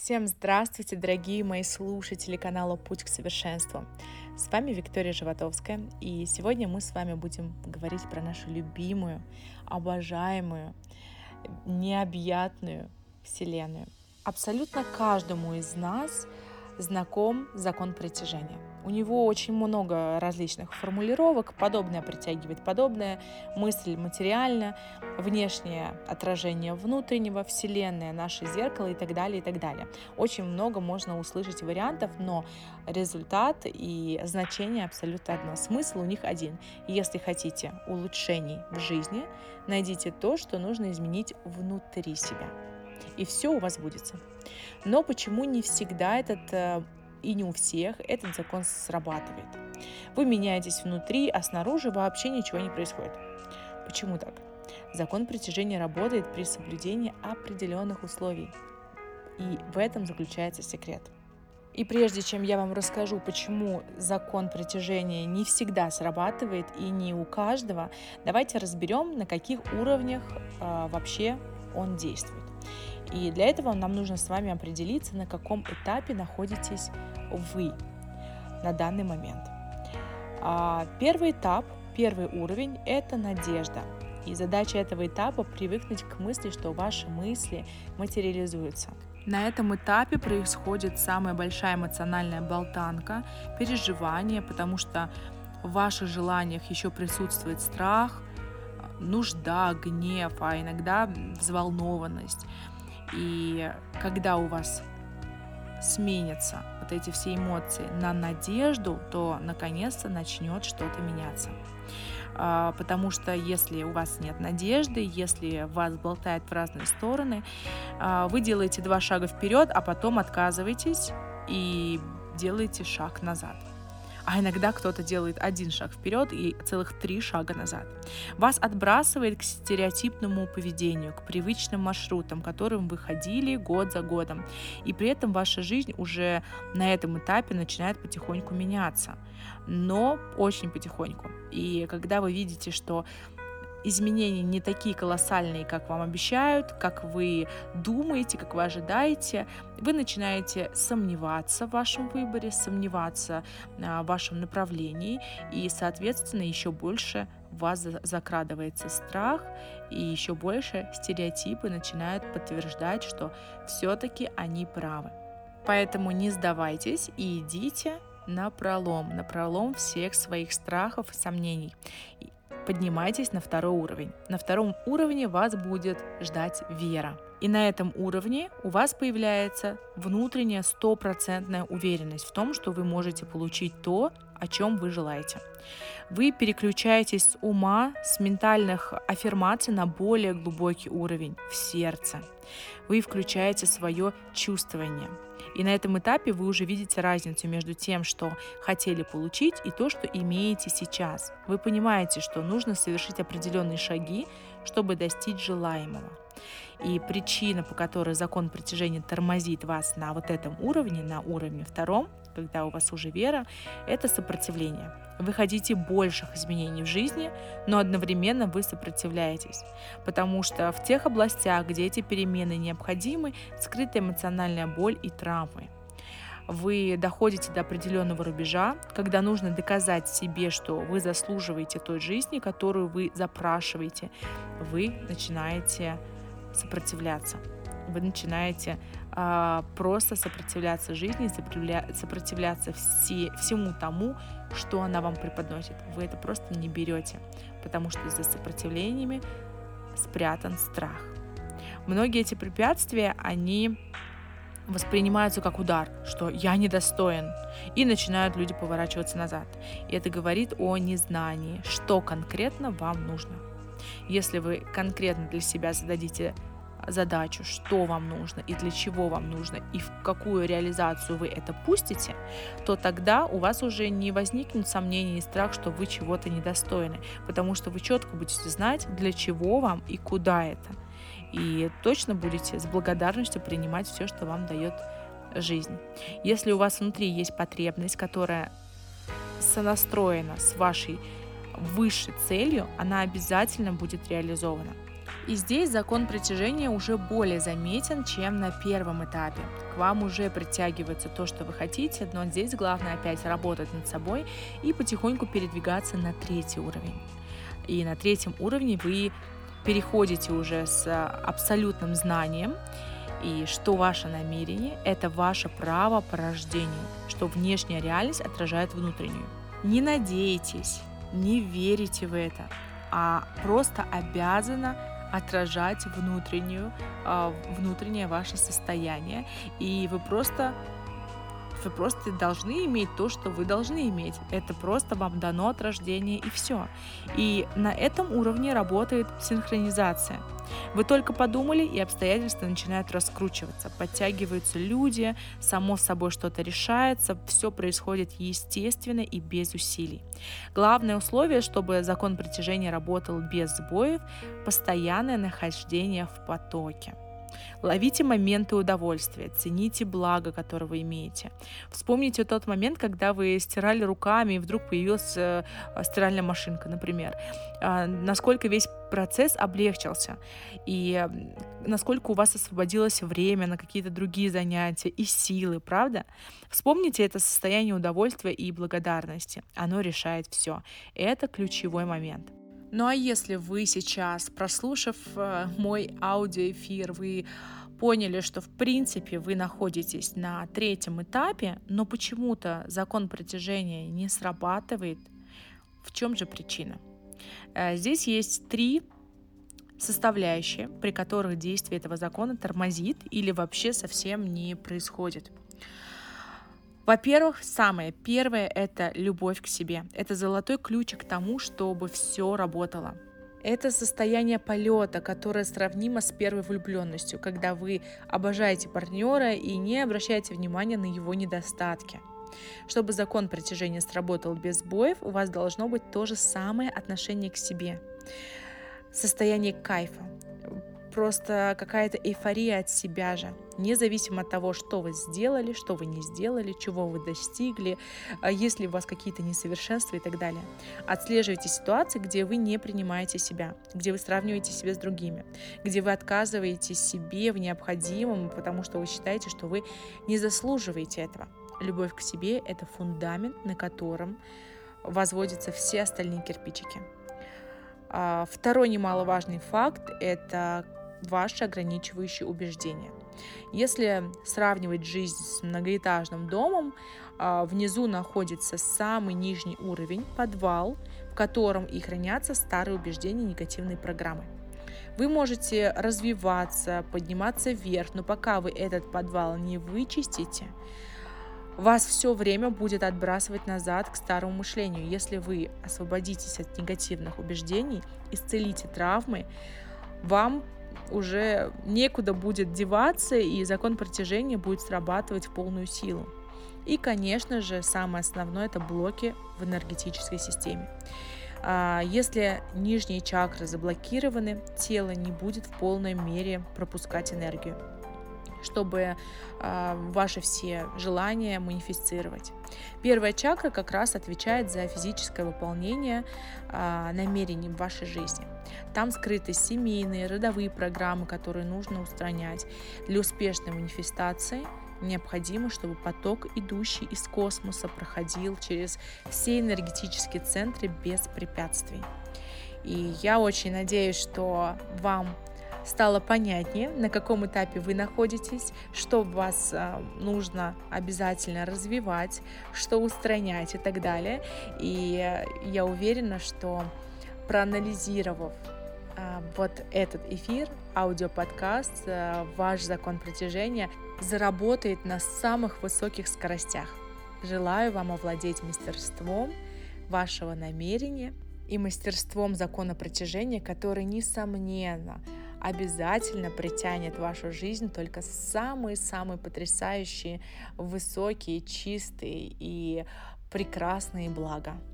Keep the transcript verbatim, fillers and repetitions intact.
Всем здравствуйте, дорогие мои слушатели канала «Путь к совершенству». С вами Виктория Животовская, и сегодня мы с вами будем говорить про нашу любимую, обожаемую, необъятную Вселенную. Абсолютно каждому из нас знаком закон притяжения. У него очень много различных формулировок, подобное притягивает подобное, мысль материальна, внешнее отражение внутреннего, вселенная, наше зеркало и так далее, и так далее. Очень много можно услышать вариантов, но результат и значение абсолютно одно. Смысл у них один. Если хотите улучшений в жизни, найдите то, что нужно изменить внутри себя. И все у вас будет. Но почему не всегда этот и не у всех этот закон срабатывает? Вы меняетесь внутри, а снаружи вообще ничего не происходит. Почему так? Закон притяжения работает при соблюдении определенных условий. И в этом заключается секрет. И прежде чем я вам расскажу, почему закон притяжения не всегда срабатывает и не у каждого, давайте разберем, на каких уровнях э, вообще он действует. И для этого нам нужно с вами определиться, на каком этапе находитесь вы на данный момент. Первый этап, первый уровень – это надежда. И задача этого этапа – привыкнуть к мысли, что ваши мысли материализуются. На этом этапе происходит самая большая эмоциональная болтанка, переживание, потому что в ваших желаниях еще присутствует страх, нужда, гнев, а иногда взволнованность. И когда у вас сменятся вот эти все эмоции на надежду, то наконец-то начнет что-то меняться. Потому что если у вас нет надежды, если вас болтает в разные стороны, вы делаете два шага вперед, а потом отказываетесь и делаете шаг назад. А иногда кто-то делает один шаг вперед и целых три шага назад. Вас отбрасывает к стереотипному поведению, к привычным маршрутам, которым вы ходили год за годом. И при этом ваша жизнь уже на этом этапе начинает потихоньку меняться. Но очень потихоньку. И когда вы видите, что изменения не такие колоссальные, как вам обещают, как вы думаете, как вы ожидаете, вы начинаете сомневаться в вашем выборе, сомневаться в вашем направлении, и, соответственно, еще больше в вас закрадывается страх, и еще больше стереотипы начинают подтверждать, что все-таки они правы. Поэтому не сдавайтесь и идите напролом, напролом всех своих страхов и сомнений. Поднимайтесь на второй уровень. На втором уровне вас будет ждать вера. И на этом уровне у вас появляется внутренняя стопроцентная уверенность в том, что вы можете получить то, о чем вы желаете. Вы переключаетесь с ума, с ментальных аффирмаций на более глубокий уровень, в сердце. Вы включаете свое чувствование. И на этом этапе вы уже видите разницу между тем, что хотели получить, и то, что имеете сейчас. Вы понимаете, что нужно совершить определенные шаги, чтобы достичь желаемого. И причина, по которой закон притяжения тормозит вас на вот этом уровне, на уровне втором, когда у вас уже вера, это сопротивление. Вы хотите больших изменений в жизни, но одновременно вы сопротивляетесь, потому что в тех областях, где эти перемены необходимы, скрыта эмоциональная боль и травмы. Вы доходите до определенного рубежа, когда нужно доказать себе, что вы заслуживаете той жизни, которую вы запрашиваете. Вы начинаете сопротивляться. Вы начинаете а, просто сопротивляться жизни, сопротивляться все, всему тому, что она вам преподносит. Вы это просто не берете, потому что за сопротивлениями спрятан страх. Многие эти препятствия, они воспринимаются как удар, что я недостоин, и начинают люди поворачиваться назад. И это говорит о незнании, что конкретно вам нужно. Если вы конкретно для себя зададите задачу, что вам нужно и для чего вам нужно, и в какую реализацию вы это пустите, то тогда у вас уже не возникнет сомнений и страх, что вы чего-то недостойны, потому что вы четко будете знать, для чего вам и куда это. И точно будете с благодарностью принимать все, что вам дает жизнь. Если у вас внутри есть потребность, которая сонастроена с вашей высшей целью, она обязательно будет реализована. И здесь закон притяжения уже более заметен, чем на первом этапе. К вам уже притягивается то, что вы хотите, но здесь главное опять работать над собой и потихоньку передвигаться на третий уровень. И на третьем уровне вы переходите уже с абсолютным знанием, и что ваше намерение – это ваше право по рождению, что внешняя реальность отражает внутреннюю. Не надейтесь, не верите в это, а просто обязана отражать внутреннюю, внутреннее ваше состояние, и вы просто, вы просто должны иметь то, что вы должны иметь. Это просто вам дано от рождения, и все. И на этом уровне работает синхронизация. Вы только подумали, и обстоятельства начинают раскручиваться, подтягиваются люди, само собой что-то решается, все происходит естественно и без усилий. Главное условие, чтобы закон притяжения работал без сбоев, постоянное нахождение в потоке. Ловите моменты удовольствия, цените благо, которое вы имеете. Вспомните тот момент, когда вы стирали руками, и вдруг появилась э, стиральная машинка, например. Э, насколько весь процесс облегчился, и э, насколько у вас освободилось время на какие-то другие занятия и силы, правда? Вспомните это состояние удовольствия и благодарности. Оно решает все. Это ключевой момент. Ну а если вы сейчас, прослушав э, мой аудиоэфир, вы поняли, что в принципе вы находитесь на третьем этапе, но почему-то закон притяжения не срабатывает, в чем же причина? Э, здесь есть три составляющие, при которых действие этого закона тормозит или вообще совсем не происходит. Во-первых, самое первое – это любовь к себе. Это золотой ключик к тому, чтобы все работало. Это состояние полета, которое сравнимо с первой влюбленностью, когда вы обожаете партнера и не обращаете внимания на его недостатки. Чтобы закон притяжения сработал без сбоев, у вас должно быть то же самое отношение к себе. Состояние кайфа. Просто какая-то эйфория от себя же, независимо от того, что вы сделали, что вы не сделали, чего вы достигли, есть ли у вас какие-то несовершенства и так далее. Отслеживайте ситуации, где вы не принимаете себя, где вы сравниваете себя с другими, где вы отказываете себе в необходимом, потому что вы считаете, что вы не заслуживаете этого. Любовь к себе – это фундамент, на котором возводятся все остальные кирпичики. Второй немаловажный факт – это ваши ограничивающие убеждения. Если сравнивать жизнь с многоэтажным домом, внизу находится самый нижний уровень, подвал, в котором и хранятся старые убеждения, негативные программы. Вы можете развиваться, подниматься вверх, но пока вы этот подвал не вычистите, вас все время будет отбрасывать назад к старому мышлению. Если вы освободитесь от негативных убеждений, исцелите травмы, вам уже некуда будет деваться, и закон притяжения будет срабатывать в полную силу. И, конечно же, самое основное – это блоки в энергетической системе. Если нижние чакры заблокированы, тело не будет в полной мере пропускать энергию, чтобы э, ваши все желания манифестировать. Первая чакра как раз отвечает за физическое выполнение э, намерений в вашей жизни. Там скрыты семейные, родовые программы, которые нужно устранять. Для успешной манифестации необходимо, чтобы поток, идущий из космоса, проходил через все энергетические центры без препятствий. И я очень надеюсь, что вам стало понятнее, на каком этапе вы находитесь, что вас э, нужно обязательно развивать, что устранять и так далее. И э, я уверена, что проанализировав э, вот этот эфир, аудиоподкаст, э, ваш закон притяжения заработает на самых высоких скоростях. Желаю вам овладеть мастерством вашего намерения и мастерством закона притяжения, который, несомненно, обязательно притянет в вашу жизнь только самые-самые потрясающие, высокие, чистые и прекрасные блага.